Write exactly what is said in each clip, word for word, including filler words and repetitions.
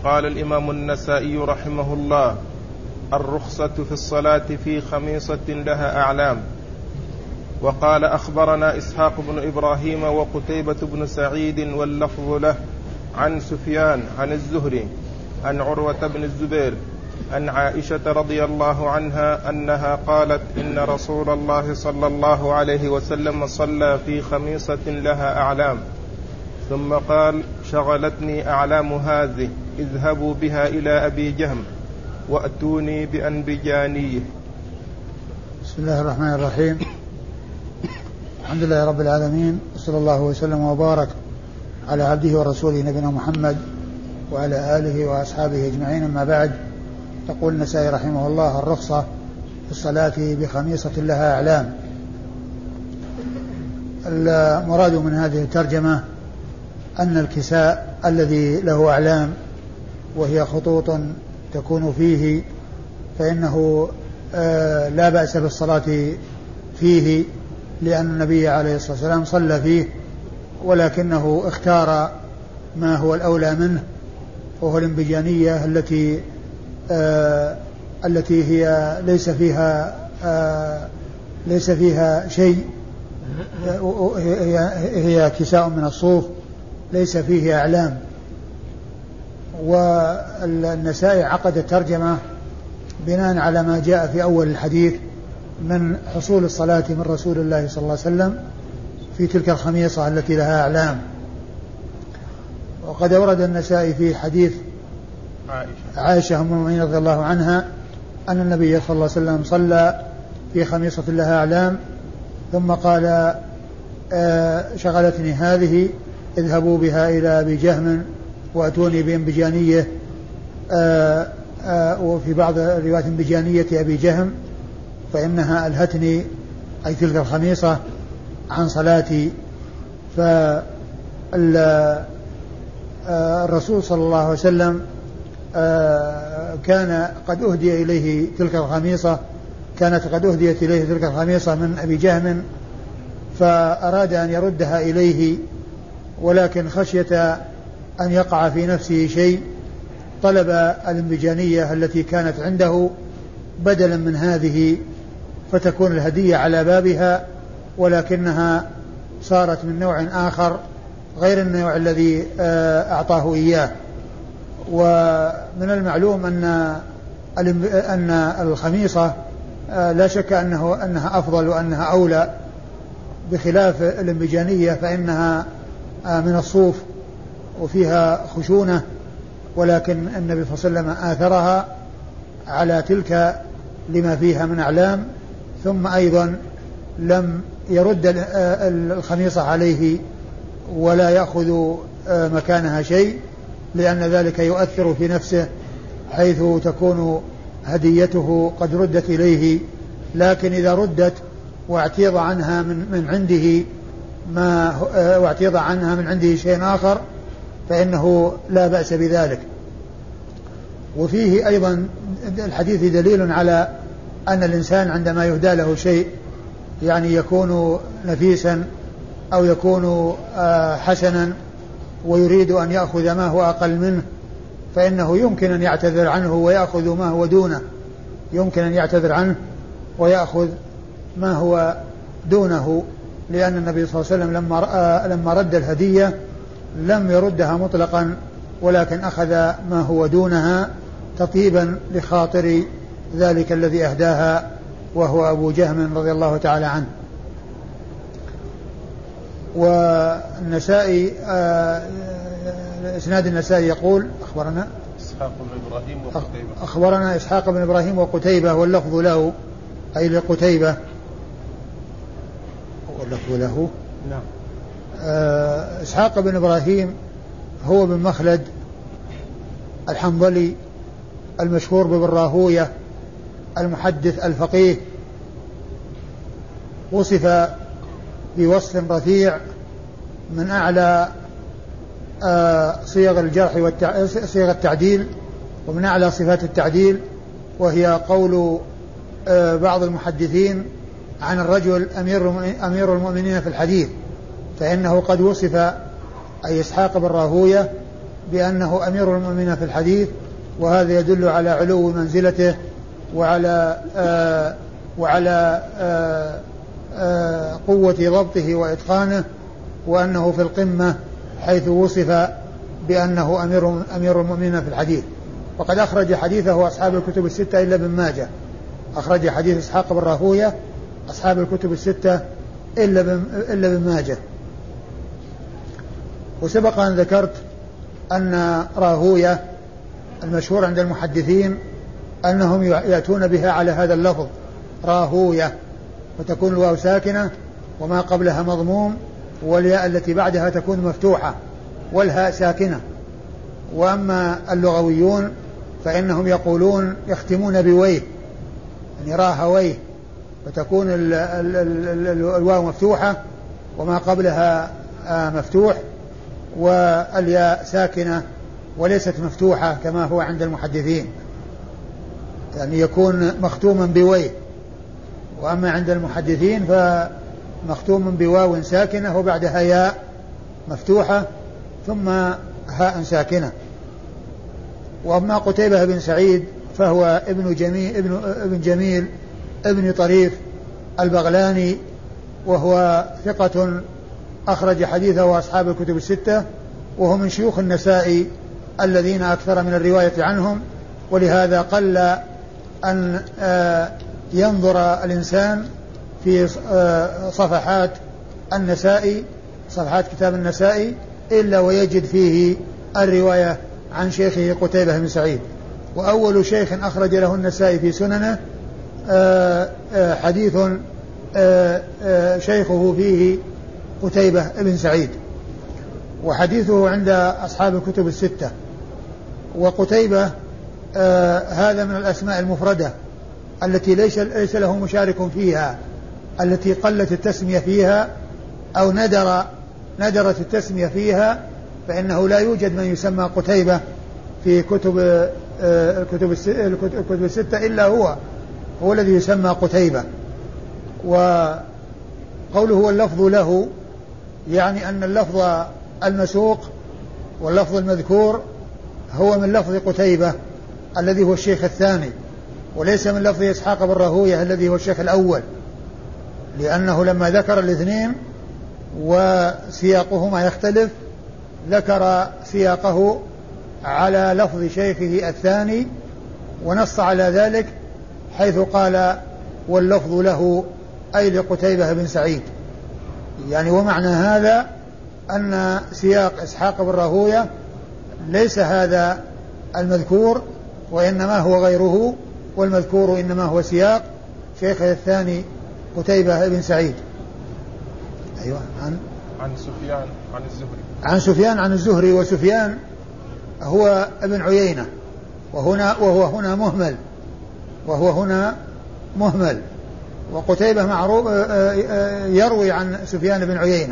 قال الإمام النسائي رحمه الله: الرخصة في الصلاة في خميصة لها أعلام. وقال: أخبرنا إسحاق بن إبراهيم وقتيبة بن سعيد واللفظ له عن سفيان عن الزهري عن عروة بن الزبير عن عائشة رضي الله عنها أنها قالت: إن رسول الله صلى الله عليه وسلم صلى في خميصة لها أعلام، ثم قال: شغلتني أعلام هذه، اذهبوا بها إلى أبي جهم وأتوني بأنبجانيه. بسم الله الرحمن الرحيم. الحمد لله رب العالمين، صلى الله وسلم وبارك على عبده ورسوله نبينا محمد وعلى آله وأصحابه أجمعين، أما بعد. يقول النسائي رحمه الله: الرخصة في الصلاة بخميصة لها أعلام. المراد من هذه الترجمة أن الكساء الذي له أعلام وهي خطوط تكون فيه فإنه آه لا بأس بالصلاة فيه، لأن النبي عليه الصلاة والسلام صلى فيه، ولكنه اختار ما هو الأولى منه، وهو الانبجانية التي آه التي هي ليس فيها آه ليس فيها شيء، هي, هي كساء من الصوف ليس فيه أعلام. والنسائي عقد الترجمة بناء على ما جاء في أول الحديث من حصول الصلاة من رسول الله صلى الله عليه وسلم في تلك الخميصة التي لها أعلام. وقد ورد النسائي في حديث عائشة أم المؤمنين رضي الله عنها أن النبي صلى الله عليه وسلم صلى في خميصة لها أعلام، ثم قال: آه شغلتني هذه، اذهبوا بها إلى أبي جهم وأتوني بانبجانية. آه آه وفي بعض روايات انبجانية أبي جهم، فإنها ألهتني أي تلك الخميصة عن صلاتي. فالرسول صلى الله عليه وسلم آه كان قد أهدي إليه تلك الخميصة كانت قد أهديت إليه تلك الخميصة من أبي جهم، فأراد أن يردها إليه، ولكن خشية أن يقع في نفسه شيء طلب الانبجانية التي كانت عنده بدلا من هذه، فتكون الهدية على بابها، ولكنها صارت من نوع آخر غير النوع الذي أعطاه إياه. ومن المعلوم أن أن الخميصة لا شك أنه أنها أفضل وأنها أولى، بخلاف الانبجانية فإنها من الصوف وفيها خشونة، ولكن النبي صلى الله عليه وسلم آثرها على تلك لما فيها من أعلام، ثم أيضا لم يرد الخميصة عليه ولا يأخذ مكانها شيء، لأن ذلك يؤثر في نفسه، حيث تكون هديته قد ردت إليه. لكن إذا ردت واعتيض عنها من, من عنده ما واعتيض عنها من عنده شيء آخر فإنه لا بأس بذلك. وفيه أيضا الحديث دليل على أن الإنسان عندما يهدى له شيء، يعني يكون نفيسا أو يكون حسنا ويريد أن يأخذ ما هو أقل منه، فإنه يمكن أن يعتذر عنه ويأخذ ما هو دونه، يمكن أن يعتذر عنه ويأخذ ما هو دونه، لأن النبي صلى الله عليه وسلم لما, لما رد الهدية لم يردها مطلقا، ولكن أخذ ما هو دونها تطيبا لخاطر ذلك الذي أهداها، وهو أبو جهم رضي الله تعالى عنه. والنسائي إسناد النسائي يقول: أخبرنا إسحاق بن إبراهيم وقتيبة أخبرنا إسحاق بن إبراهيم وقتيبة، واللفظ له أي لقتيبة، واللفظ له. نعم. إسحاق بن إبراهيم هو بن مخلد الحنظلي المشهور بابن راهوية المحدث الفقيه، وصف بوصف رفيع من أعلى صيغ الجرح والتع... صيغ التعديل، ومن أعلى صفات التعديل، وهي قول بعض المحدثين عن الرجل أمير المؤمنين في الحديث، فإنه قد وصف أي إسحاق بن راهوية بأنه أمير المؤمنين في الحديث، وهذا يدل على علو منزلته وعلى آه وعلى آه آه قوة ضبطه وإتقانه، وأنه في القمة حيث وصف بأنه أمير, أمير المؤمنين في الحديث. وقد أخرج حديثه أصحاب الكتب الستة إلا ابن ماجه، أخرج حديث إسحاق بن راهوية أصحاب الكتب الستة إلا ابن, إلا ابن ماجه. وسبق أن ذكرت أن راهوية المشهور عند المحدثين أنهم يأتون بها على هذا اللفظ راهوية، وتكون الواو ساكنة وما قبلها مضموم، والياء التي بعدها تكون مفتوحة والهاء ساكنة. وأما اللغويون فإنهم يقولون يختمون بويه، يعني راهويه، فتكون ال ال ال الواو مفتوحة وما قبلها مفتوح، والياء ساكنة وليست مفتوحة كما هو عند المحدثين، يعني يكون مختوما بويه. وأما عند المحدثين فمختوم بواو ساكنة وبعدها ياء مفتوحة ثم هاء ساكنة. وأما قتيبة بن سعيد فهو ابن جميل ابن, ابن جميل ابن طريف البغلاني، وهو ثقة أخرج حديثه أصحاب الكتب الستة، وهو من شيوخ النسائي الذين أكثر من الرواية عنهم، ولهذا قل أن ينظر الإنسان في صفحات النسائي صفحات كتاب النسائي إلا ويجد فيه الرواية عن شيخه قتيبة بن سعيد. وأول شيخ أخرج له النسائي في سننه حديث شيخه فيه قتيبة بن سعيد، وحديثه عند أصحاب الكتب الستة. وقتيبة هذا من الأسماء المفردة التي ليس, ليس له مشارك فيها، التي قلت التسمية فيها أو ندر ندرت التسمية فيها، فإنه لا يوجد من يسمى قتيبة في كتب الكتب الكتب الستة إلا هو هو الذي يسمى قتيبة. وقوله واللفظ له يعني أن اللفظ المسوق واللفظ المذكور هو من لفظ قتيبة الذي هو الشيخ الثاني، وليس من لفظ إسحاق بن راهوية الذي هو الشيخ الأول، لأنه لما ذكر الاثنين وسياقهما يختلف ذكر سياقه على لفظ شيخه الثاني ونص على ذلك حيث قال واللفظ له أي لقتيبة بن سعيد. يعني ومعنى هذا أن سياق إسحاق بن راهوية ليس هذا المذكور وإنما هو غيره، والمذكور إنما هو سياق شيخه الثاني قتيبة بن سعيد. أيوة. عن عن سفيان عن الزهري عن سفيان عن الزهري. وسفيان هو ابن عيينة، وهنا وهو هنا مهمل وهو هنا مهمل وقتيبة معروف يروي عن سفيان بن عيينة.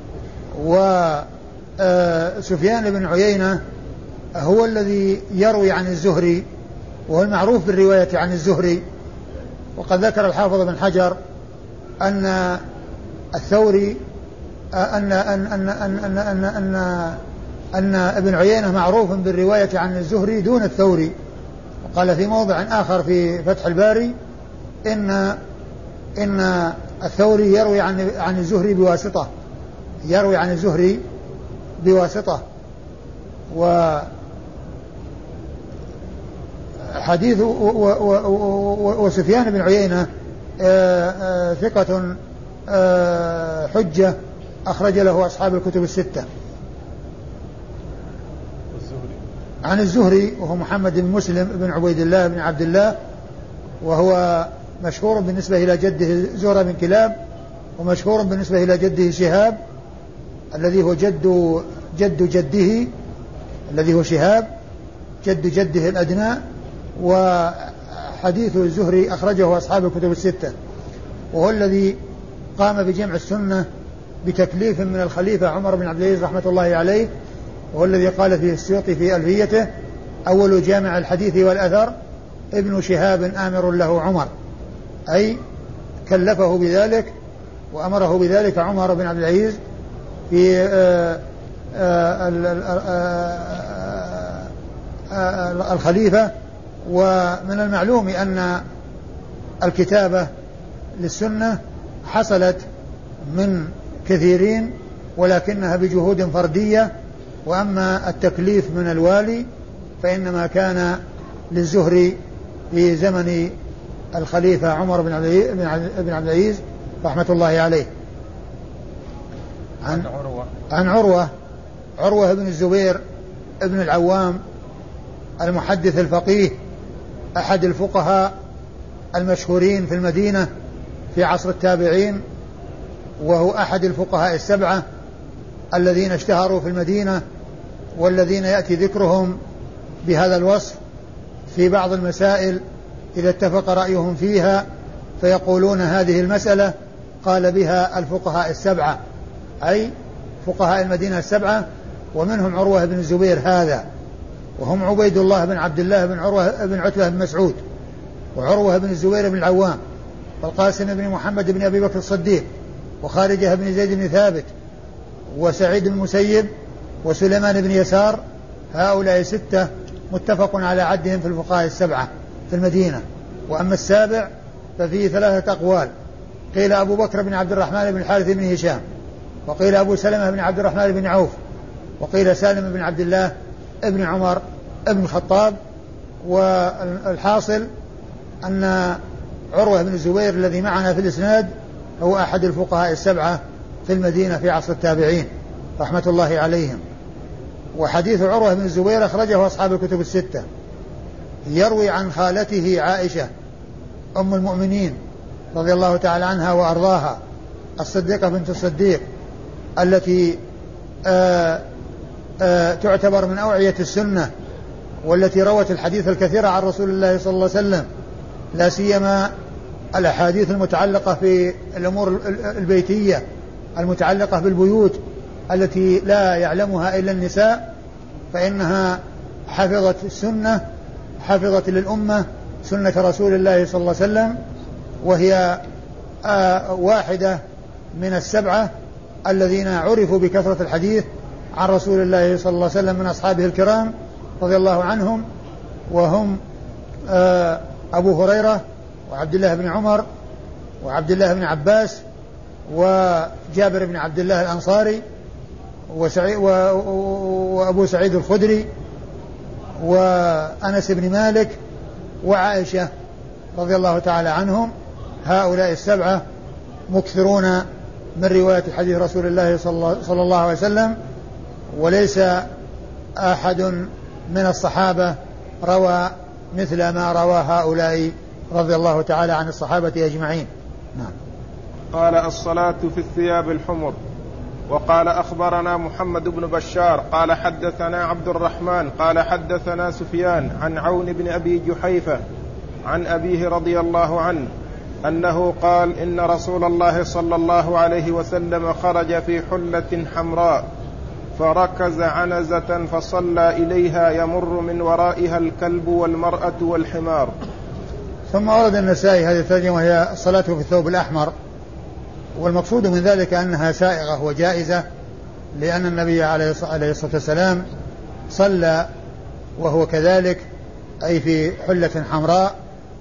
وسفيان بن عيينة هو الذي يروي عن الزهري، وهو المعروف بالرواية عن الزهري. وقد ذكر الحافظ بن حجر أن الثوري أن أن أن أن أن أن, أن, أن ابن عيينة معروف بالرواية عن الزهري دون الثوري. وقال في موضع آخر في فتح الباري إن إن الثوري يروي عن عن الزهري بواسطة يروي عن الزهري بواسطة. وحديث وسفيان بن عيينة ثقة حجة أخرج له أصحاب الكتب الستة. عن الزهري وهو محمد بن مسلم بن عبيد الله بن عبد الله، وهو مشهور بالنسبة إلى جده زهرة بن كلاب، ومشهور بالنسبة إلى جده شهاب الذي هو جد جد جده الذي هو شهاب جد جده الأدنى. وحديث الزهري أخرجه أصحاب الكتب الستة، وهو الذي قام بجمع السنة بتكليف من الخليفة عمر بن عبد العزيز رحمة الله عليه، وهو الذي قال فيه السيوطي في ألفيته أول جامع الحديث والأثر ابن شهاب آمر له عمر، أي كلفه بذلك وأمره بذلك عمر بن عبد العزيز في الخليفة. ومن المعلوم أن الكتابة للسنة حصلت من كثيرين ولكنها بجهود فردية، وأما التكليف من الوالي فإنما كان للزهري في زمن الخليفة عمر بن عبد العزيز رحمة الله عليه. عن عروة عن عروة عروة بن الزبير ابن العوام المحدث الفقيه أحد الفقهاء المشهورين في المدينة في عصر التابعين، وهو أحد الفقهاء السبعة الذين اشتهروا في المدينة والذين يأتي ذكرهم بهذا الوصف في بعض المسائل إذا اتفق رأيهم فيها فيقولون هذه المسألة قال بها الفقهاء السبعة، أي فقهاء المدينة السبعة، ومنهم عروة بن الزبير هذا، وهم عبيد الله بن عبد الله بن عروة بن عتبة بن مسعود، وعروة بن الزبير بن العوام، والقاسم بن محمد بن أبي بكر الصديق، وخارجة بن زيد بن ثابت، وسعيد بن المسيب، وسليمان بن يسار. هؤلاء ستة متفق على عدهم في الفقهاء السبعة في المدينة. وأما السابع ففيه ثلاثة أقوال، قيل أبو بكر بن عبد الرحمن بن الحارث بن هشام، وقيل أبو سلمة بن عبد الرحمن بن عوف، وقيل سالم بن عبد الله ابن عمر ابن الخطاب. والحاصل أن عروة بن الزبير الذي معنا في الإسناد هو أحد الفقهاء السبعة في المدينة في عصر التابعين رحمة الله عليهم. وحديث عروة بن الزبير أخرجه أصحاب الكتب الستة، يروي عن خالته عائشة أم المؤمنين رضي الله تعالى عنها وأرضاها الصديقة بنت الصديق التي آآ آآ تعتبر من أوعية السنة، والتي روت الحديث الكثير عن رسول الله صلى الله عليه وسلم، لا سيما الأحاديث المتعلقة في الأمور البيتية المتعلقة بالبيوت التي لا يعلمها إلا النساء، فإنها حفظت السنة، حفظت للأمة سنة رسول الله صلى الله عليه وسلم، وهي واحدة من السبعة الذين عرفوا بكثرة الحديث عن رسول الله صلى الله عليه وسلم من أصحابه الكرام رضي الله عنهم، وهم أبو هريرة وعبد الله بن عمر وعبد الله بن عباس وجابر بن عبد الله الأنصاري وسعي وأبو سعيد الخدري وأنس بن مالك وعائشة رضي الله تعالى عنهم. هؤلاء السبعة مكثرون من رواية حديث رسول الله صلى الله عليه وسلم، وليس أحد من الصحابة روى مثل ما روى هؤلاء رضي الله تعالى عن الصحابة أجمعين. نعم. قال الصلاة في الثياب الحمر. وقال أخبرنا محمد بن بشار قال حدثنا عبد الرحمن قال حدثنا سفيان عن عون بن أبي جحيفة عن أبيه رضي الله عنه أنه قال إن رسول الله صلى الله عليه وسلم خرج في حلة حمراء فركز عنزة فصلى إليها يمر من ورائها الكلب والمرأة والحمار. ثم ورد النسائي هذه الترجمة وهي الصلاة في الثوب الأحمر، والمقصود من ذلك أنها سائغة وجائزة، لأن النبي عليه الصلاة والسلام صلى وهو كذلك، أي في حلة حمراء.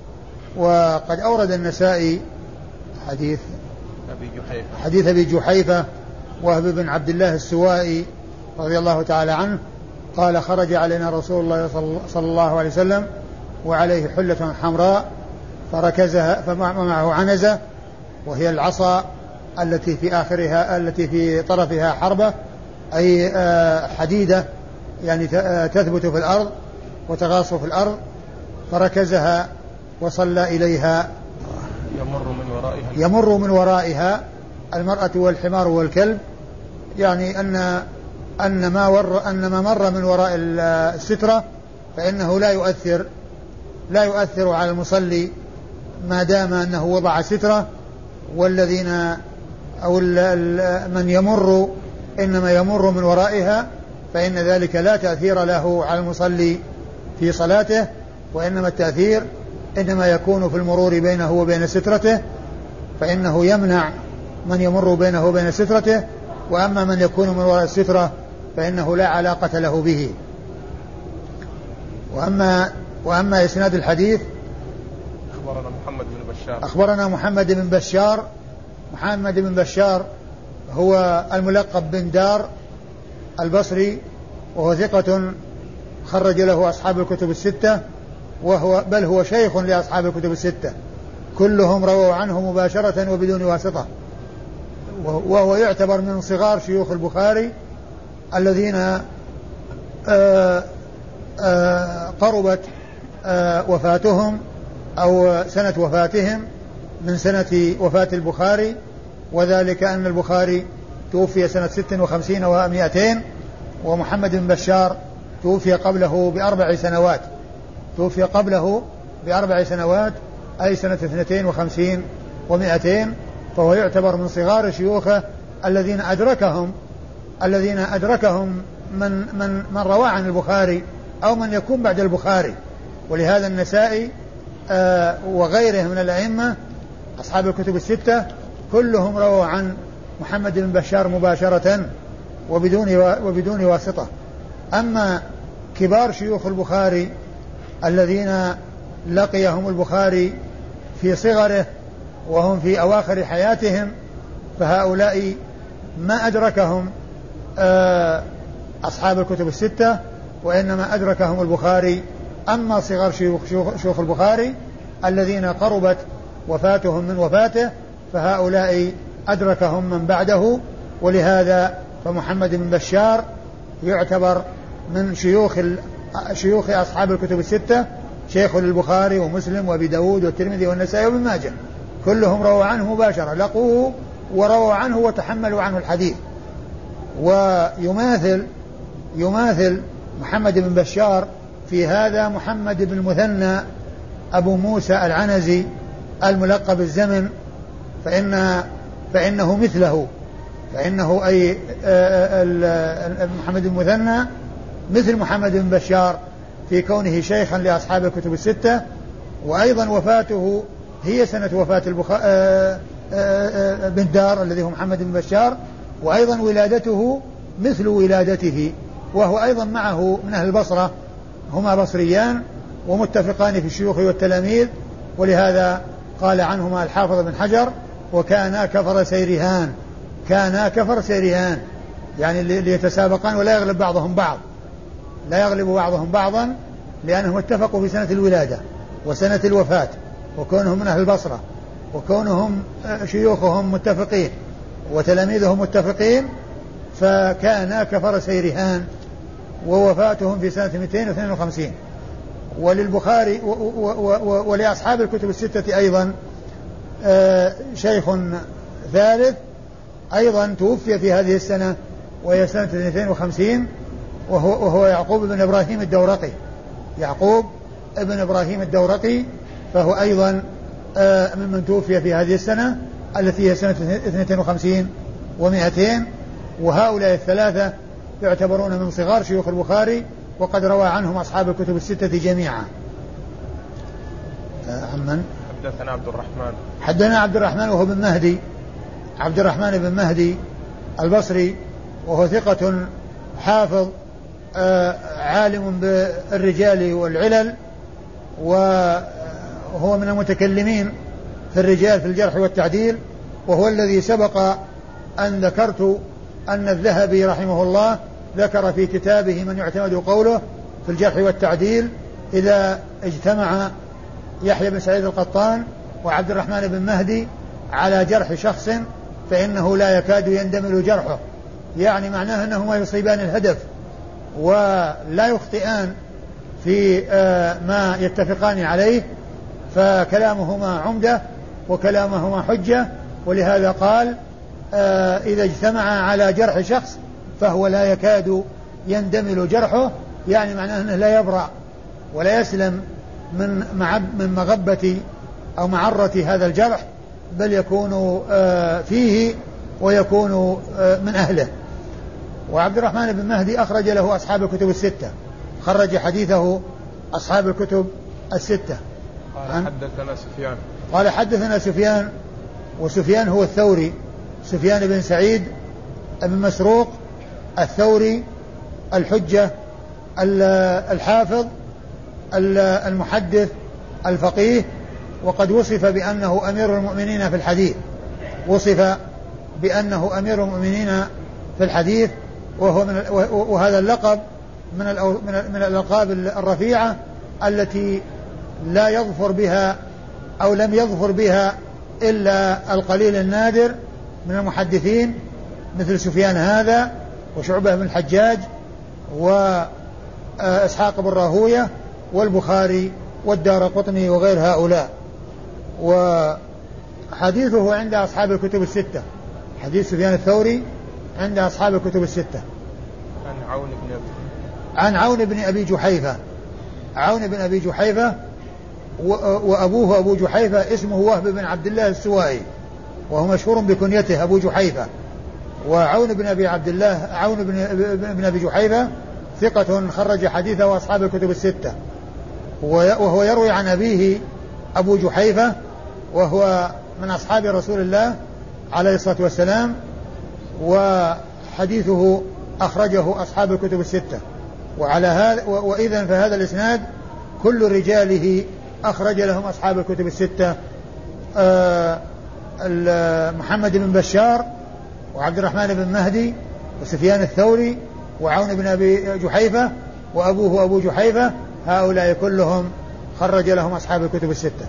وقد أورد النسائي حديث أبي جحيفة حديث أبي جحيفة وهب بن عبد الله السوائي رضي الله تعالى عنه قال خرج علينا رسول الله صلى الله عليه وسلم وعليه حلة حمراء فركزها فمعه عنزة، وهي العصا التي في آخرها التي في طرفها حربة، أي حديدة يعني تثبت في الأرض وتغاص في الأرض، فركزها وصلى إليها يمر من ورائها يمر من ورائها المرأة والحمار والكلب، يعني أن أن ما ور أن ما مر من وراء السترة فإنه لا يؤثر لا يؤثر على المصلي ما دام أنه وضع سترة، والذين أو من يمر إنما يمر من ورائها، فإن ذلك لا تأثير له على المصلي في صلاته، وإنما التأثير إنما يكون في المرور بينه وبين سترته، فإنه يمنع من يمر بينه وبين سترته، وأما من يكون من وراء السترة فإنه لا علاقة له به. وأما وأما إسناد الحديث أخبرنا محمد بن بشار أخبرنا محمد بن بشار محمد بن بشار هو الملقب بن دار البصري، وهو ثقة خرج له أصحاب الكتب الستة، وهو بل هو شيخ لأصحاب الكتب الستة، كلهم رووا عنه مباشرة وبدون واسطة، وهو يعتبر من صغار شيوخ البخاري الذين آآ آآ قربت آآ وفاتهم أو سنة وفاتهم من سنة وفاة البخاري، وذلك أن البخاري توفي سنة ست وخمسين ومائتين، ومحمد بن بشار توفي قبله بأربع سنوات توفي قبله بأربع سنوات أي سنة اثنتين وخمسين ومائتين، فهو يعتبر من صغار شيوخه الذين أدركهم الذين أدركهم من من من روى عن البخاري أو من يكون بعد البخاري. ولهذا النسائي آه وغيره من الأئمة أصحاب الكتب الستة كلهم رووا عن محمد بن بشار مباشرة وبدون وبدون واسطة. أما كبار شيوخ البخاري الذين لقيهم البخاري في صغره وهم في أواخر حياتهم فهؤلاء ما أدركهم أصحاب الكتب الستة، وإنما أدركهم البخاري. أما صغار شيوخ, شيوخ البخاري الذين قربت وفاتهم من وفاته فهؤلاء أدركهم من بعده، ولهذا فمحمد بن بشار يعتبر من شيوخ شيوخ أصحاب الكتب الستة، شيخ للبخاري ومسلم وأبي داود والترمذي والنسائي وابن ماجه، كلهم رووا عنه مباشرة، لقوه ورووا عنه وتحملوا عنه الحديث. ويماثل يماثل محمد بن بشار في هذا محمد بن المثنى أبو موسى العنزي الملقب الزمن، فإن فإنه مثله فإنه أي محمد بن المثنى مثل محمد بن بشار في كونه شيخا لأصحاب الكتب الستة، وأيضا وفاته هي سنة وفاة البخاري بن دار الذي هو محمد بن بشار، وأيضا ولادته مثل ولادته، وهو أيضا معه من أهل البصرة، هما بصريان ومتفقان في الشيوخ والتلاميذ، ولهذا قال عنهما الحافظ بن حجر وكانا كفر سيرهان كانا كفر سيرهان يعني ليتسابقان ولا يغلب بعضهم بعض لا يغلب بعضهم بعضا لأنهم اتفقوا في سنة الولادة وسنة الوفاة، وكونهم من أهل البصرة وكونهم شيوخهم متفقين وتلاميذهم متفقين، فكانا كفر سيرهان، ووفاتهم في سنة مئتين واثنين وخمسين. وللبخاري ولأصحاب الكتب الستة أيضا شيخ ثالث أيضا توفي في هذه السنة وهي سنة اثنين وخمسين، وهو, وهو يعقوب بن إبراهيم الدورقي يعقوب بن إبراهيم الدورقي فهو أيضا ممن توفي في هذه السنة التي هي سنة اثنين وخمسين ومائتين. وهؤلاء الثلاثة يعتبرون من صغار شيوخ البخاري، وقد روى عنهم أصحاب الكتب الستة جميعا. أمن حدثنا عبد الرحمن حدثنا عبد الرحمن وهو بن مهدي عبد الرحمن بن مهدي البصري، وهو ثقة حافظ عالم بالرجال والعلل، وهو من المتكلمين في الرجال في الجرح والتعديل، وهو الذي سبق أن ذكرت أن الذهبي رحمه الله ذكر في كتابه من يعتمد قوله في الجرح والتعديل إذا اجتمع يحيى بن سعيد القطان وعبد الرحمن بن مهدي على جرح شخص فإنه لا يكاد يندمل جرحه، يعني معناه أنهما يصيبان الهدف ولا يخطئان في ما يتفقان عليه، فكلامهما عمدة وكلامهما حجة. ولهذا قال إذا اجتمع على جرح شخص فهو لا يكاد يندمل جرحه، يعني معناه أنه لا يبرأ ولا يسلم من من مغبة أو معرة هذا الجرح، بل يكون فيه ويكون من أهله. وعبد الرحمن بن مهدي أخرج له أصحاب الكتب الستة، خرج حديثه أصحاب الكتب الستة. قال حدثنا سفيان قال حدثنا سفيان وسفيان هو الثوري سفيان بن سعيد بن مسروق الثوري الحجة الحافظ المحدث الفقيه، وقد وصف بأنه أمير المؤمنين في الحديث، وصف بأنه أمير المؤمنين في الحديث، وهو من وهذا اللقب من من الألقاب الرفيعة التي لا يظفر بها أو لم يظفر بها إلا القليل النادر من المحدثين، مثل سفيان هذا وشعبة بن الحجاج وإسحاق بن راهوية والبخاري والدارقطني وغير هؤلاء. وحديثه عند أصحاب الكتب الستة، حديث سفيان الثوري عند أصحاب الكتب الستة. عن عون بن أبي عن عون بن أبي جحيفة، عون بن أبي جحيفة وأبوه أبو جحيفة اسمه وهب بن عبد الله السوائي، وهو مشهور بكنيته أبو جحيفة. وعون بن أبي عبد الله عون بن أبي جحيفة ثقة خرج حديثه أصحاب الكتب الستة، وهو يروي عن أبيه أبو جحيفة، وهو من أصحاب رسول الله عليه الصلاة والسلام، وحديثه أخرجه أصحاب الكتب الستة. وعلى هذا وإذن فهذا الإسناد كل رجاله أخرج لهم أصحاب الكتب الستة. آه محمد بن بشار وعبد الرحمن بن مهدي وسفيان الثوري وعون بن أبي جحيفة وأبوه أبو جحيفة، هؤلاء كلهم خرج لهم أصحاب الكتب الستة.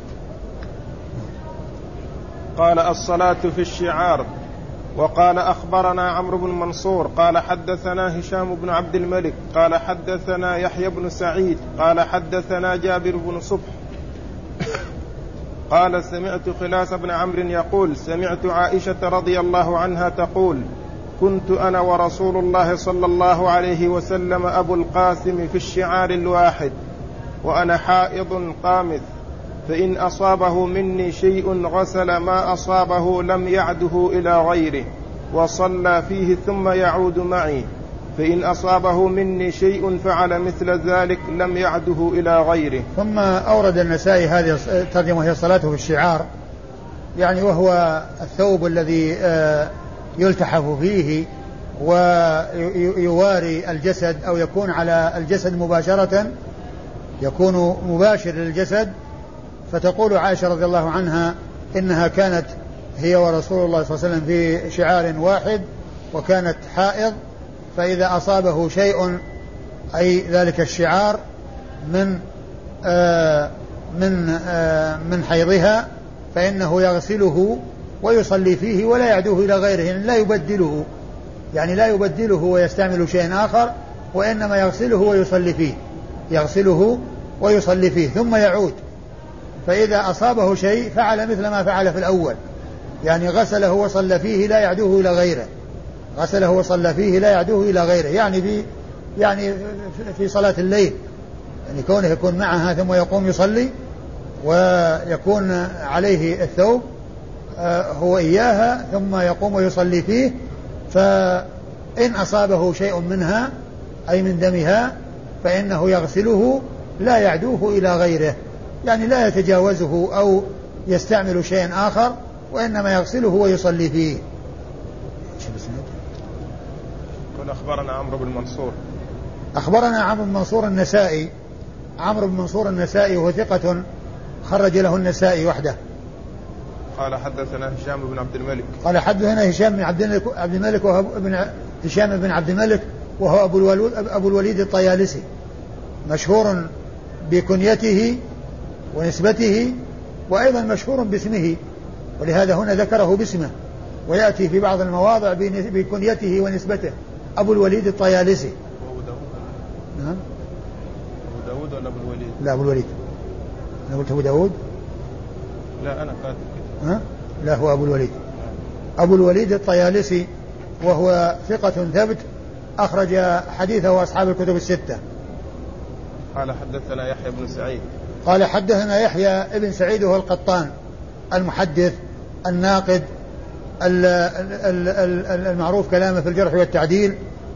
قال الصلاة في الشعار. وقال أخبرنا عمرو بن منصور قال حدثنا هشام بن عبد الملك قال حدثنا يحيى بن سعيد قال حدثنا جابر بن صبح قال سمعت خلاس بن عمرو يقول سمعت عائشة رضي الله عنها تقول كنت أنا ورسول الله صلى الله عليه وسلم أبو القاسم في الشعار الواحد وأنا حائض قامث، فإن أصابه مني شيء غسل ما أصابه لم يعده إلى غيره وصلى فيه ثم يعود معي، فإن أصابه مني شيء فعل مثل ذلك لم يعده إلى غيره. ثم أورد النسائي هذه الترجمة هي صلاته في الشعار، يعني وهو الثوب الذي يلتحف فيه ويواري الجسد أو يكون على الجسد مباشرة، يكون مباشر للجسد. فتقول عائشة رضي الله عنها إنها كانت هي ورسول الله صلى الله عليه وسلم في شعار واحد وكانت حائض، فإذا أصابه شيء أي ذلك الشعار من آه من آه من حيضها فإنه يغسله ويصلي فيه ولا يعدوه إلى غيره، يعني لا يبدله يعني لا يبدله ويستعمل شيء آخر، وإنما يغسله ويصلي فيه يغسله ويصلي فيه ثم يعود. فإذا أصابه شيء فعل مثل ما فعل في الأول، يعني غسله وصلى فيه لا يعدوه إلى غيره غسله وصلى فيه لا يعدوه إلى غيره يعني في يعني في صلاة الليل، يعني كونه يكون معها ثم يقوم يصلي ويكون عليه الثوب هو إياها ثم يقوم ويصلي فيه، فإن أصابه شيء منها أي من دمها فإنه يغسله لا يعدوه إلى غيره، يعني لا يتجاوزه أو يستعمل شيء آخر، وإنما يغسله ويصلي فيه. قل أخبرنا عمرو بن منصور. أخبرنا عمرو بن منصور النسائي عمرو بن منصور النسائي وهو ثقة خرج له النسائي وحده. قال حدثنا هشام بن عبد الملك قال حدثنا هشام بن عبد الملك وهو ابن هشام بن عبد الملك وهو أبو الوليد, أبو الوليد الطيالسي، مشهور بكنيته ونسبته وأيضا مشهور باسمه، ولهذا هنا ذكره باسمه، ويأتي في بعض المواضع بكنيته ونسبته، أبو الوليد الطيالسي. أبو داود نعم أبو داود ولا أبو الوليد؟ لا أبو الوليد. أنا قلت أبو داود؟ لا أنا كاتب كده. ها؟ لا هو أبو الوليد. أبو الوليد الطيالسي وهو ثقة ثبت أخرج حديثه أصحاب الكتب الستة. قال حدثنا يحيى بن سعيد قال حدثنا يحيى ابن سعيد وهو القطان المحدث الناقد المعروف كلامه في الجرح والتعديل،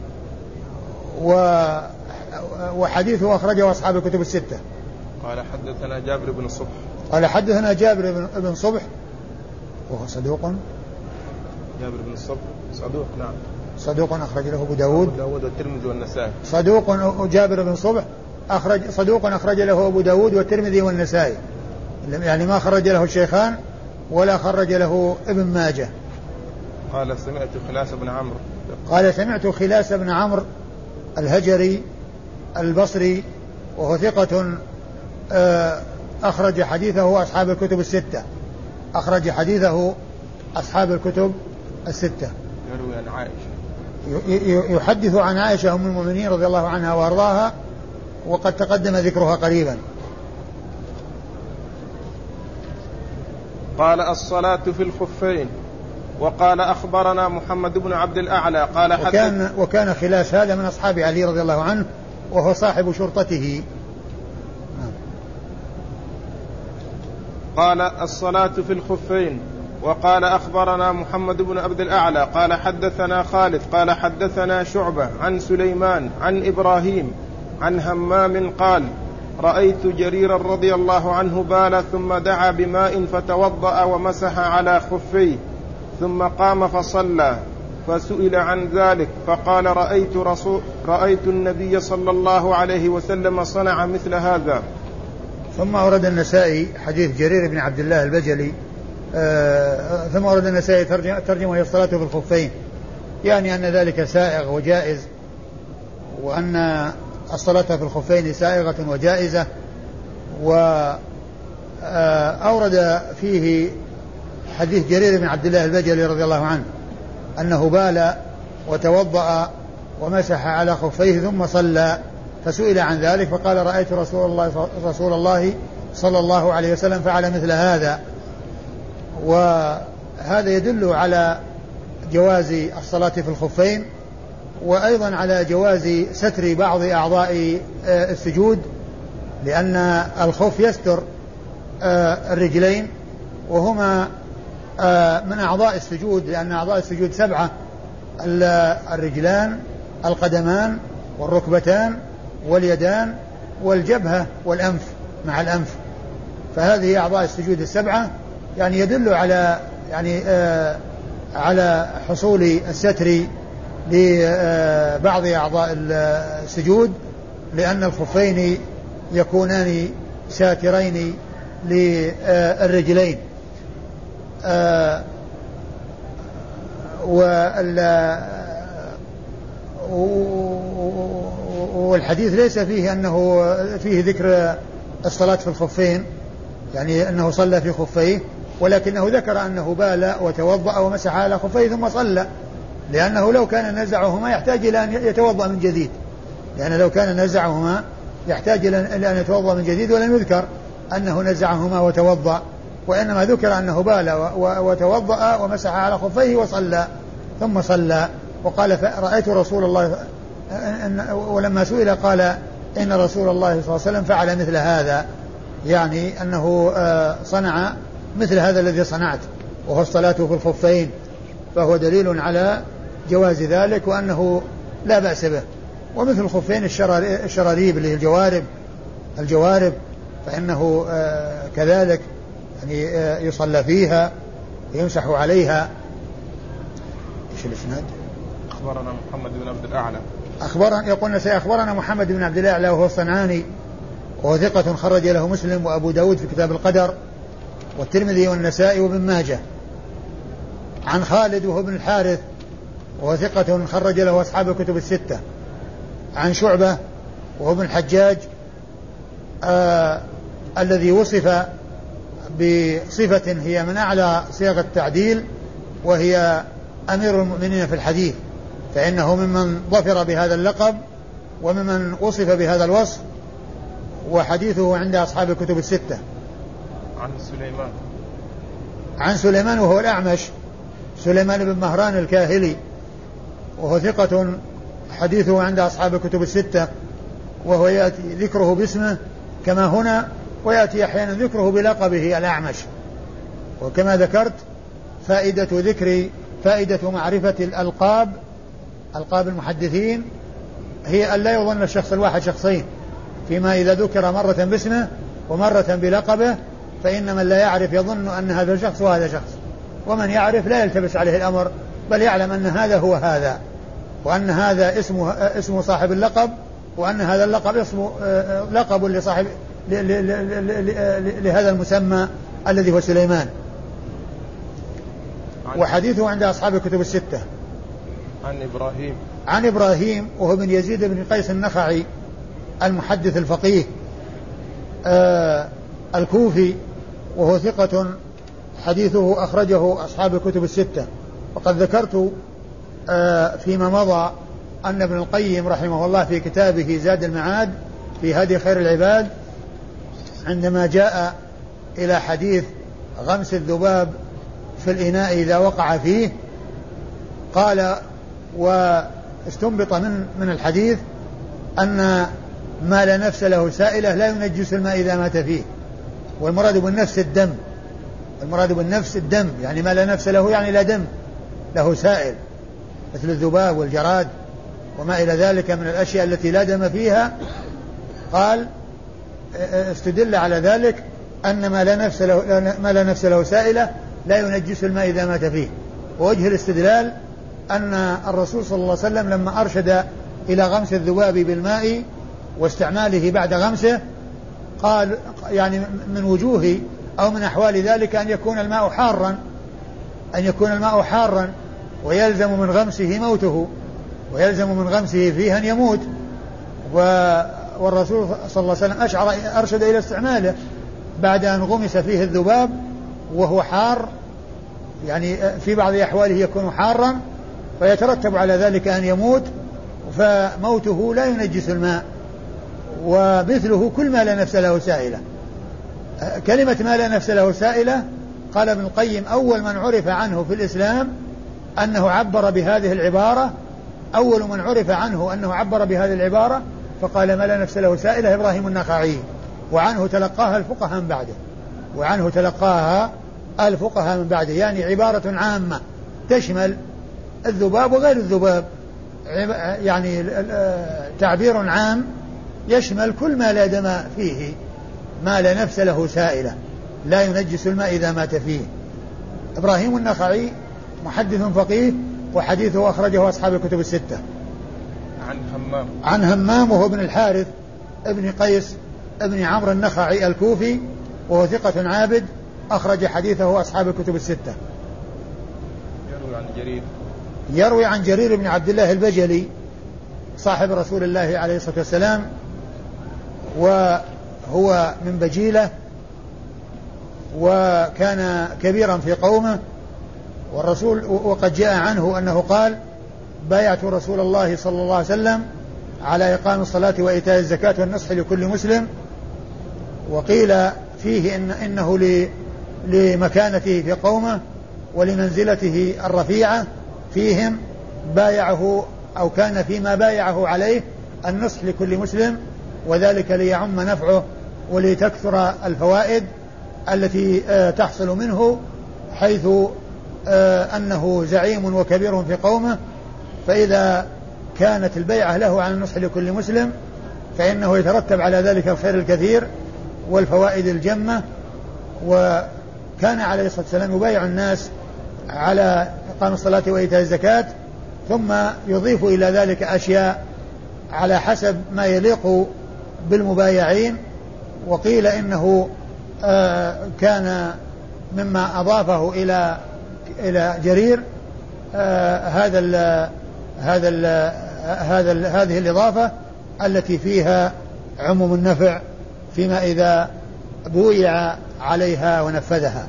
وحديثه أخرجه أصحاب الكتب الستة. قال حدثنا جابر بن صبح قال حدثنا جابر بن صبح وهو صدوق جابر بن الصبح صدوق نعم صدوق أخرج له أبو داود أبو داود والترمذي والنسائي. صدوق جابر بن صبح أخرج صدوق أخرج له أبو داود والترمذي والنسائي، يعني ما خرج له الشيخان ولا خرج له ابن ماجه. قال سمعت خلاس بن عمرو قال سمعت خلاس بن عمرو الهجري البصري وهو ثقة أخرج حديثه أصحاب الكتب الستة أخرج حديثه أصحاب الكتب الستة. يروي عن عائشة يحدث عن عائشة أم المؤمنين رضي الله عنها وأرضاها، وقد تقدم ذكرها قريبا. قال الصلاة في الخفين. وقال أخبرنا محمد بن عبد الأعلى قال حدث وكان, وكان خلاس هذا من أصحاب علي رضي الله عنه وهو صاحب شرطته. قال الصلاة في الخفين. وقال أخبرنا محمد بن عبد الأعلى قال حدثنا خالد قال حدثنا شعبة عن سليمان عن إبراهيم عن همام قال رأيت جريرا رضي الله عنه بال ثم دعا بماء فتوضأ ومسح على خفيه ثم قام فصلى، فسئل عن ذلك فقال رأيت, رسول رأيت النبي صلى الله عليه وسلم صنع مثل هذا. ثم أورد النسائي حديث جرير بن عبد الله البجلي. آه ثم أورد النسائي ترجمة هي الصلاة في الخفين، يعني أن ذلك سائغ وجائز، وأن الصلاة في الخفين سائغة وجائزة. وأورد فيه حديث جرير بن عبد الله البجلي رضي الله عنه أنه بال وتوضأ ومسح على خفيه ثم صلى، فسئل عن ذلك فقال رأيت رسول الله, رسول الله صلى الله عليه وسلم فعل مثل هذا. وهذا يدل على جواز الصلاة في الخفين، وأيضا على جواز ستر بعض أعضاء السجود، لأن الخف يستر الرجلين وهما من أعضاء السجود، لأن أعضاء السجود سبعة: الرجلان، القدمان، والركبتان، واليدان، والجبهة، والأنف مع الأنف. فهذه أعضاء السجود السبعة، يعني يدل على يعني آه على حصول الستر لبعض أعضاء السجود، لأن الخفين يكونان ساترين للرجلين. آه والحديث ليس فيه أنه فيه ذكر الصلاة في الخفين، يعني أنه صلى في خفيه، ولكنه ذكر أنه بال وتوضأ ومسح على خفيه ثم صلى، لأنه لو كان نزعهما يحتاج إلى أن يتوضأ من جديد، لأن لو كان نزعهما يحتاج إلى أن يتوضأ من جديد، ولم يذكر أنه نزعهما وتوضأ، وإنما ذكر أنه بال وتوضأ ومسح على خفيه وصلى ثم صلى. وقال رأيت رسول الله، ولما سئل قال إن رسول الله صلى الله عليه وسلم فعل مثل هذا، يعني أنه صنع مثل هذا الذي صنعت، وهو الصلاة في الخفين، فهو دليل على جواز ذلك وأنه لا بأس به. ومثل الخفين الشراريب اللي هي الجوارب الجوارب فإنه كذلك يعني يصلى فيها يمسح عليها. إيش الإسناد؟ أخبرنا محمد بن عبد الأعلى أخبرنا يقولنا سيخبرنا محمد بن عبد الأعلى وهو الصنعاني، وهو ثقة خرج له مسلم وأبو داود في كتاب القدر والترمذي والنسائي وابن ماجه. عن خالد وهو ابن الحارث وهو ثقة خرج له أصحاب الكتب الستة. عن شعبة وهو ابن الحجاج آه الذي وصف بصفة هي من أعلى صيغ التعديل، وهي أمير المؤمنين في الحديث، فإنه ممن ظفر بهذا اللقب وممن وصف بهذا الوصف، وحديثه عند أصحاب الكتب الستة. عن سليمان عن سليمان وهو الأعمش سليمان بن مهران الكاهلي، وهو ثقة حديثه عند أصحاب الكتب الستة، وهو يأتي ذكره باسمه كما هنا، ويأتي أحيانا ذكره بلقبه الأعمش. وكما ذكرت فائدة ذكر فائدة معرفة الألقاب ألقاب المحدثين هي أن لا يظن الشخص الواحد شخصين، فيما إذا ذكر مرة باسمه ومرة بلقبه فإن من لا يعرف يظن أن هذا شخص وهذا شخص، ومن يعرف لا يلتبس عليه الأمر، بل يعلم أن هذا هو هذا، وأن هذا اسمه اسم صاحب اللقب وأن هذا اللقب اسمه لقب لصاحب لهذا المسمى الذي هو سليمان. وحديثه عند أصحاب الكتب الستة. عن إبراهيم عن إبراهيم وهو بن يزيد بن قيس النخعي المحدث الفقيه آه الكوفي، وهو ثقة حديثه أخرجه أصحاب الكتب الستة. وقد ذكرت آه فيما مضى أن ابن القيم رحمه الله في كتابه زاد المعاد في هدي خير العباد عندما جاء إلى حديث غمس الذباب في الإناء إذا وقع فيه قال واستنبط من من الحديث أن ما لا نفس له سائلة لا ينجس الماء إذا مات فيه. والمراد بالنفس الدم، المراد بالنفس الدم، يعني ما لا نفس له يعني لا دم له سائل، مثل الذباب والجراد وما إلى ذلك من الأشياء التي لا دم فيها. قال استدل على ذلك أن ما لا نفس له, ما لا نفس له سائلة لا ينجس الماء إذا مات فيه. ووجه الاستدلال أن الرسول صلى الله عليه وسلم لما أرشد إلى غمس الذباب بالماء واستعماله بعد غمسه قال يعني من وجوه أو من أحوال ذلك أن يكون الماء حارا أن يكون الماء حارا ويلزم من غمسه موته، ويلزم من غمسه فيه أن يموت. والرسول صلى الله عليه وسلم أشعر أرشد إلى استعماله بعد أن غمس فيه الذباب وهو حار، يعني في بعض أحواله يكون حارا فيترتب على ذلك أن يموت، فموته لا ينجس الماء. ومثله كل ما لا نفس له سائلة. كلمة ما لا نفس له سائلة قال ابن القيم أول من عرف عنه في الإسلام أنه عبر بهذه العبارة، أول من عرف عنه أنه عبر بهذه العبارة فقال ما لا نفس له سائلة إبراهيم النخعي، وعنه تلقاها الفقهاء من بعده وعنه تلقاها الفقهاء من بعده يعني عبارة عامة تشمل الذباب وغير الذباب، يعني تعبير عام يشمل كل ما لا دم فيه، ما لا نفس له سائلة لا ينجس الماء إذا مات فيه. إبراهيم النخعي محدث فقيه وحديثه أخرجه أصحاب الكتب الستة. عن همام عن همام وهو ابن الحارث ابن قيس ابن عمرو النخعي الكوفي وهو ثقة عابد أخرج حديثه أصحاب الكتب الستة. يروي عن جرير يروي عن جرير بن عبد الله البجلي صاحب رسول الله عليه الصلاة والسلام، وهو من بجيلة وكان كبيرا في قومه، والرسول وقد جاء عنه أنه قال بايعت رسول الله صلى الله عليه وسلم على إقام الصلاة وإيتاء الزكاة والنصح لكل مسلم. وقيل فيه إن إنه لمكانته في قومه ولمنزلته الرفيعة فيهم بايعه أو كان فيما بايعه عليه النصح لكل مسلم، وذلك ليعم نفعه ولتكثر الفوائد التي تحصل منه، حيث أنه زعيم وكبير في قومه، فإذا كانت البيعة له عن النصح لكل مسلم فإنه يترتب على ذلك الخير الكثير والفوائد الجمة. وكان عليه الصلاة والسلام يبايع الناس على إقام الصلاة وإيتاء الزكاة، ثم يضيف إلى ذلك أشياء على حسب ما يليق بالمبايعين. وقيل إنه آه كان مما أضافه إلى إلى جرير آه هذا ال هذا ال هذا ال هذه الإضافة التي فيها عموم النفع فيما إذا بويع عليها ونفذها.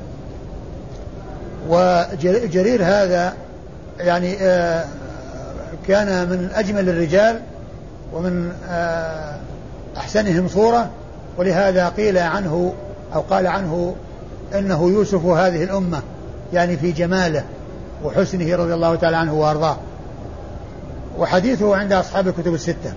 وجرير هذا يعني آه كان من أجمل الرجال ومن آه أحسنهم صورة، ولهذا قيل عنه أو قال عنه إنه يوسف هذه الأمة، يعني في جماله وحسنه رضي الله تعالى عنه وأرضاه. وحديثه عند أصحاب الكتب الستة.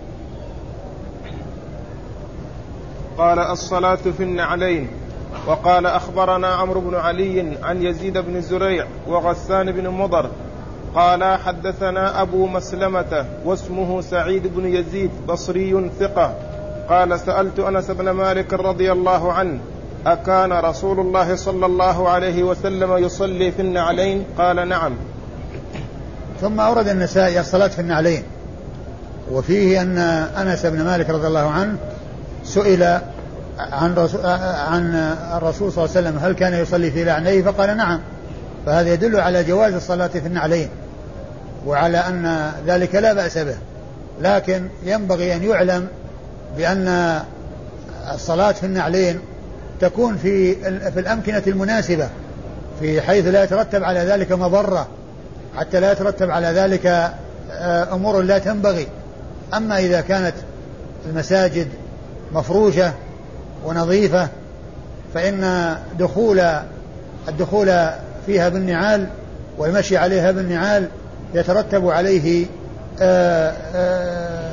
قال الصلاة في النعلين. وقال أخبرنا عمرو بن علي عن يزيد بن زريع وغسان بن مضر قال حدثنا أبو مسلمة واسمه سعيد بن يزيد بصري ثقة قال سألت أنس بن مالك رضي الله عنه أكان رسول الله صلى الله عليه وسلم يصلي في النعلين؟ قال نعم. ثم أورد النسائي الصلاة في النعلين، وفيه أن أنس بن مالك رضي الله عنه سئل عن رسول, عن الرسول صلى الله عليه وسلم هل كان يصلي في نعليه فقال نعم، فهذا يدل على جواز الصلاة في النعلين وعلى أن ذلك لا بأس به، لكن ينبغي أن يعلم بأن الصلاة في النعلين تكون في في الأمكنة المناسبة في حيث لا يترتب على ذلك مضرة، حتى لا يترتب على ذلك أمور لا تنبغي. أما إذا كانت المساجد مفروشة ونظيفة فإن دخول الدخول فيها بالنعال والمشي عليها بالنعال يترتب عليه آآ آآ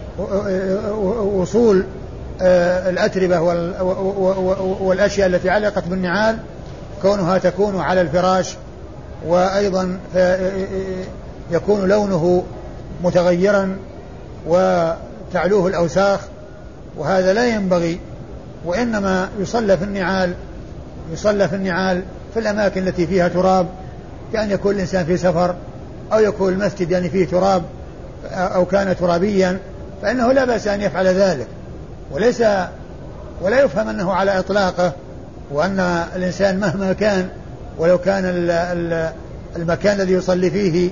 وصول الأتربة والأشياء التي علقت بالنعال، كونها تكون على الفراش، وأيضا يكون لونه متغيرا وتعلوه الأوساخ، وهذا لا ينبغي. وإنما يصلى في النعال يصلى في النعال في الأماكن التي فيها تراب، كأن يكون الإنسان في سفر أو يكون المسجد يعني فيه تراب أو كان ترابيا، فإنه لا بأس أن يفعل ذلك، وليس ولا يفهم أنه على إطلاقه، وأن الإنسان مهما كان ولو كان المكان الذي يصلي فيه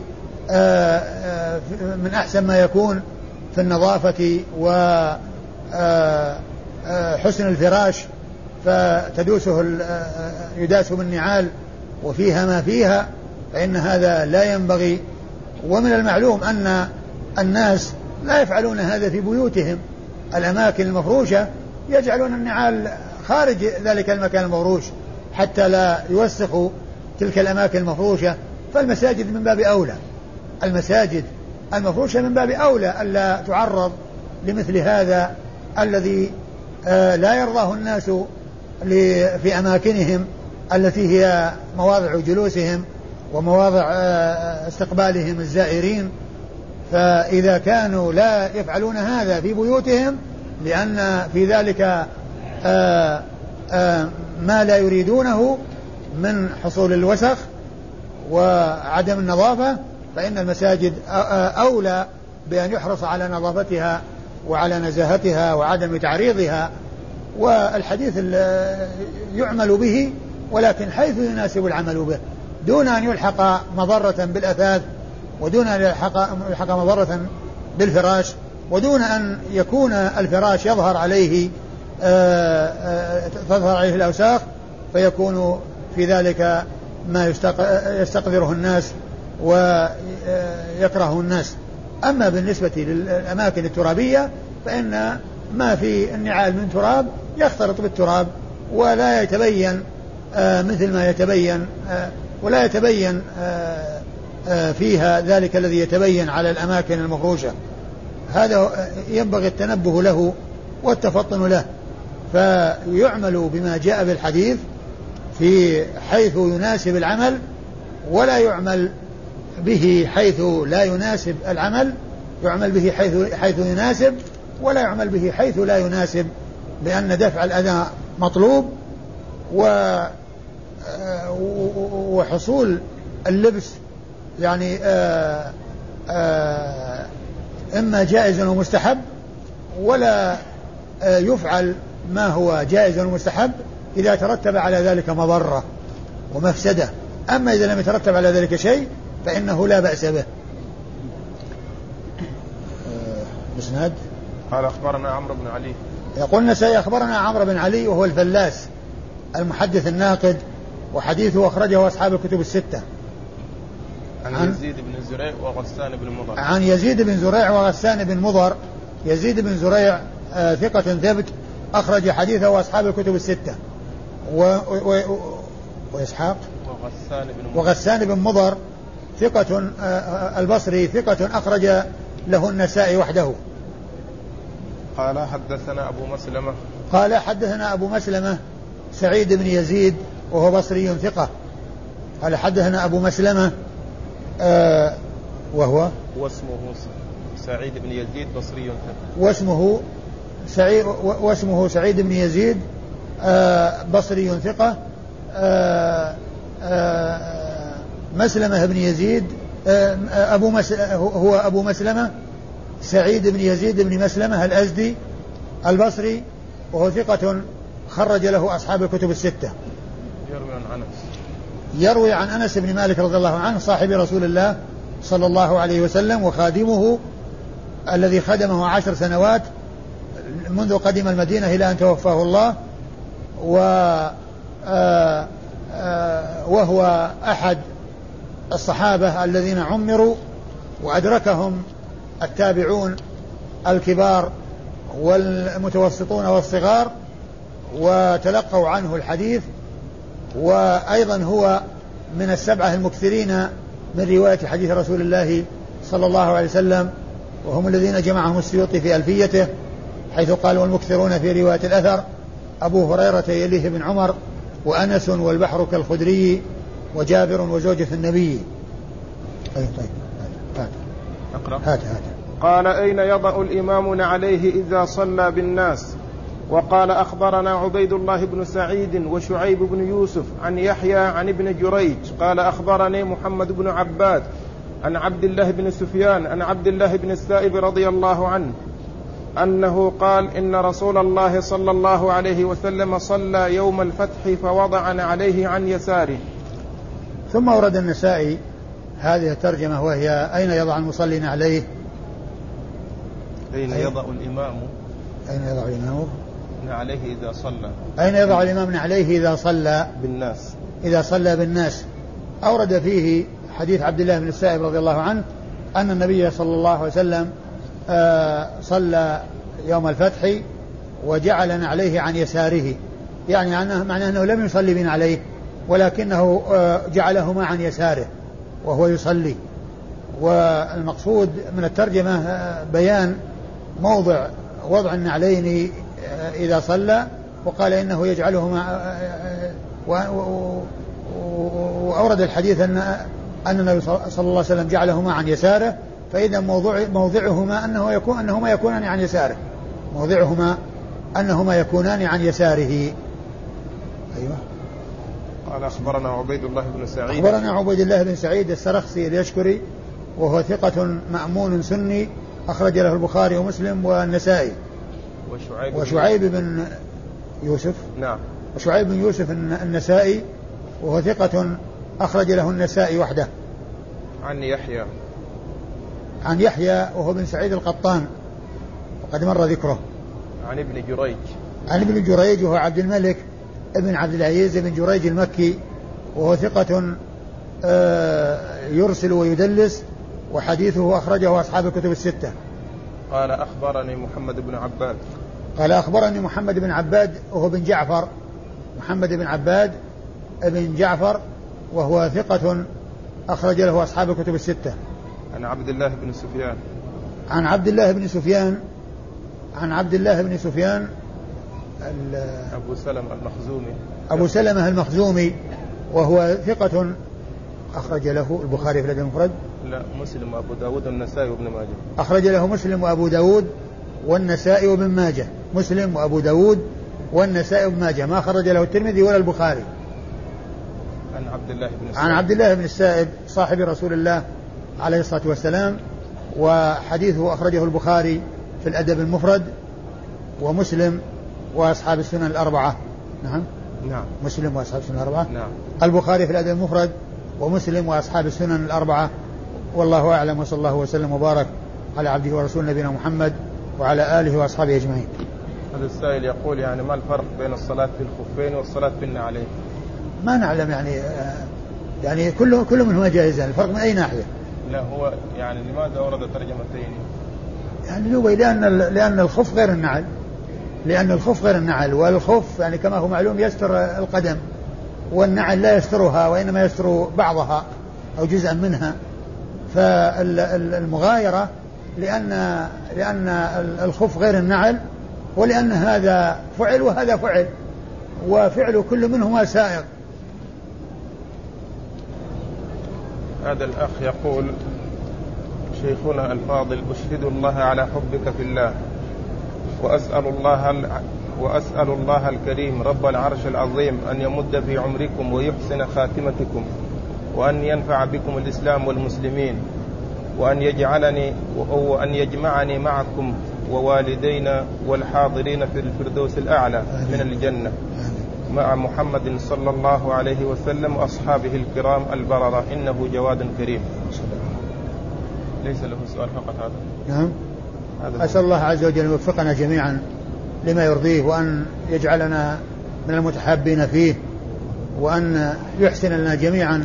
من أحسن ما يكون في النظافة وحسن الفراش فتدوسه يداس بالنعال وفيها ما فيها، فإن هذا لا ينبغي. ومن المعلوم أن الناس لا يفعلون هذا في بيوتهم، الأماكن المفروشة يجعلون النعال خارج ذلك المكان المفروش حتى لا يوسخوا تلك الأماكن المفروشة، فالمساجد من باب أولى، المساجد المفروشة من باب أولى ألا تعرض لمثل هذا الذي لا يرضاه الناس في أماكنهم التي هي مواضع جلوسهم ومواضع استقبالهم الزائرين. فإذا كانوا لا يفعلون هذا في بيوتهم لأن في ذلك آآ آآ ما لا يريدونه من حصول الوسخ وعدم النظافة، فإن المساجد أولى بأن يحرص على نظافتها وعلى نزاهتها وعدم تعريضها. والحديث يعمل به ولكن حيث يناسب العمل به، دون أن يلحق مضرة بالأثاث، ودون أن يلحق مضرة بالفراش، ودون أن يكون الفراش يظهر عليه تظهر عليه الأوساخ فيكون في ذلك ما يستقذره الناس ويكرهه الناس. أما بالنسبة للأماكن الترابية فإن ما في النعال من تراب يختلط بالتراب ولا يتبين مثل ما يتبين ولا يتبين فيها ذلك الذي يتبين على الأماكن المفروشة. هذا ينبغي التنبه له والتفطن له، فيعمل بما جاء بالحديث في حيث يناسب العمل، ولا يعمل به حيث لا يناسب العمل، يعمل به حيث, حيث يناسب ولا يعمل به حيث لا يناسب، لأن دفع الأذى مطلوب وحصول اللبس يعني آآ آآ إما جائز ومستحب، ولا يفعل ما هو جائز ومستحب إذا ترتب على ذلك مضرة ومفسدة. أما إذا لم يترتب على ذلك شيء فإنه لا بأس به. مسند قال أخبرنا عمرو بن علي، يقول النسائي أخبرنا عمرو بن علي وهو الفلاس المحدث الناقد، وحديثه أخرجه أصحاب الكتب الستة. عن, عن يزيد بن زريع وغسان بن مضر. عن يزيد بن زريع وغسان بن مضر. يزيد بن زريع آه ثقة ثبت أخرج حديثه أصحاب الكتب الستة. و... و... وإسحاق وغسان بن مضر, وغسان بن مضر ثقة آه البصري ثقة أخرج له النسائي وحده. قال حدثنا أبو مسلمة قال حدثنا أبو مسلمة سعيد بن يزيد وهو بصري ثقة. قال حدثنا أبو مسلمة آه وهو واسمه سعيد بن يزيد بصري ثقة. واسمه سعيد واسمه سعيد بن يزيد آه بصري ثقة. آه آه مسلمة بن يزيد آه أبو مس هو أبو مسلمة سعيد بن يزيد بن مسلمة الأزدي البصري، وهو ثقة خرج له أصحاب الكتب الستة. يروي عن أنس يروي عن أنس بن مالك رضي الله عنه صاحب رسول الله صلى الله عليه وسلم وخادمه الذي خدمه عشر سنوات منذ قدم المدينة إلى أن توفاه الله، و آآ آآ وهو أحد الصحابة الذين عمروا وأدركهم التابعون الكبار والمتوسطون والصغار وتلقوا عنه الحديث، وأيضا هو من السبعة المكثرين من رواية حديث رسول الله صلى الله عليه وسلم، وهم الذين جمعهم السيوطي في ألفيته حيث قال والمكثرون في رواية الأثر أبو هريرة يليه بن عمر وأنس والبحر كالخدري وجابر وزوجة النبي. أي طيب هات أقرأ هات هات. قال أين يضع الإمام عليه إذا صلى بالناس؟ وقال أخبرنا عبيد الله بن سعيد وشعيب بن يوسف عن يحيى عن ابن جريج قال أخبرني محمد بن عباد عن عبد الله بن سفيان عن عبد الله بن السائب رضي الله عنه أنه قال إن رسول الله صلى الله عليه وسلم صلى يوم الفتح فوضعنا عليه عن يساره. ثم ورد النسائي هذه الترجمة وهي أين يضع المصلين عليه؟ أين يضع الإمام أين يضع الإمام عليه إذا صلى أين يضع الإمام عليه إذا صلى بالناس إذا صلى بالناس. أورد فيه حديث عبد الله بن السائب رضي الله عنه أن النبي صلى الله عليه وسلم آه صلى يوم الفتح وجعلنا عليه عن يساره، يعني أنه معناه أنه لم يصلي بنا عليه ولكنه آه جعلهما عن يساره وهو يصلي. والمقصود من الترجمة آه بيان موضع وضع النعلين آه إذا صلى، وقال إنه يجعلهما آه آه وأورد الحديث أن أن النبي صلى الله عليه وسلم جعلهما عن يساره، فإذا موضوع موضعهما أنه يكون أنهما يكونان عن يساره، موضعهما أنهما يكونان عن يساره. أيوة. قال أخبرنا عبيد الله بن سعيد أخبرنا عبيد الله بن سعيد السرخسي اليشكري وهو ثقة مأمون سني أخرج له البخاري ومسلم والنسائي. وشعيب, وشعيب بن يوسف نعم وشعيب بن يوسف النسائي وهو ثقة أخرج له النسائي وحده. عن يحيى عن يحيى وهو بن سعيد القطان وقد مر ذكره. عن ابن جريج عن ابن جريج وهو عبد الملك ابن عبد العزيز بن جريج المكي وهو ثقة يرسل ويدلس وحديثه أخرجه أصحاب الكتب الستة. قال أخبرني محمد بن عباد قال أخبرني محمد بن عباد وهو بن جعفر محمد بن عباد ابن جعفر وهو ثقة أخرج له أصحاب الكتب الستة. عن عبد الله بن سفيان عن عبد الله بن سفيان عن عبد الله بن سفيان أبو سلمة المخزومي أبو سلمة المخزومي وهو ثقة أخرج له البخاري في الأدب المفرد لا مسلم وأبو داود والنسائي وابن ماجه. أخرج له مسلم وأبو داود والنسائي وابن ماجه. مسلم وأبو داود والنسائي وابن ماجه، ما خرج له الترمذي ولا البخاري. عن عبد الله بن السائب عن عبد الله بن السائب صاحب رسول الله عليه الصلاة والسلام، وحديثه أخرجه البخاري في الأدب المفرد ومسلم وأصحاب السنن الأربعة. نعم نعم مسلم وأصحاب السنن الأربعة. نعم البخاري في الأدب المفرد ومسلم وأصحاب السنن الأربعة. والله أعلم، وصلى الله وسلم وبارك على عبده ورسول نبينا محمد وعلى آله وأصحابه أجمعين. هذا السائل يقول يعني ما الفرق بين الصلاة في الخفين والصلاة في النعلين؟ ما نعلم يعني يعني كل كل منهما جائزان، الفرق من أي ناحية؟ لا هو يعني لماذا ورد ترجمتين؟ يعني هو لأن لأن الخف غير النعل، لأن الخف غير النعل، والخف يعني كما هو معلوم يستر القدم، والنعل لا يسترها وإنما يستر بعضها أو جزءا منها. فالمغايرة لأن لأن الخف غير النعل، ولأن هذا فعل وهذا فعل، وفعل كل منهما سائغ. هذا الأخ يقول شيخنا الفاضل أشهد الله على حبك في الله، وأسأل الله وأسأل الله الكريم رب العرش العظيم أن يمد في عمركم ويحسن خاتمتكم، وأن ينفع بكم الإسلام والمسلمين، وأن يجعلني وأن يجمعني معكم ووالدينا والحاضرين في الفردوس الأعلى من الجنة مع محمد صلى الله عليه وسلم وأصحابه الكرام البررة، إنه جواد كريم. ليس له سؤال فقط هذا. نعم. أسأل الله عز وجل أن يوفقنا جميعا لما يرضيه، وأن يجعلنا من المتحابين فيه، وأن يحسن لنا جميعا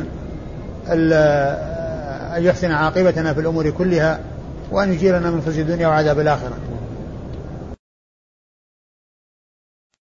أن يحسن عاقبتنا في الأمور كلها، وأن يجيرنا من خزي الدنيا وعذاب الآخرة.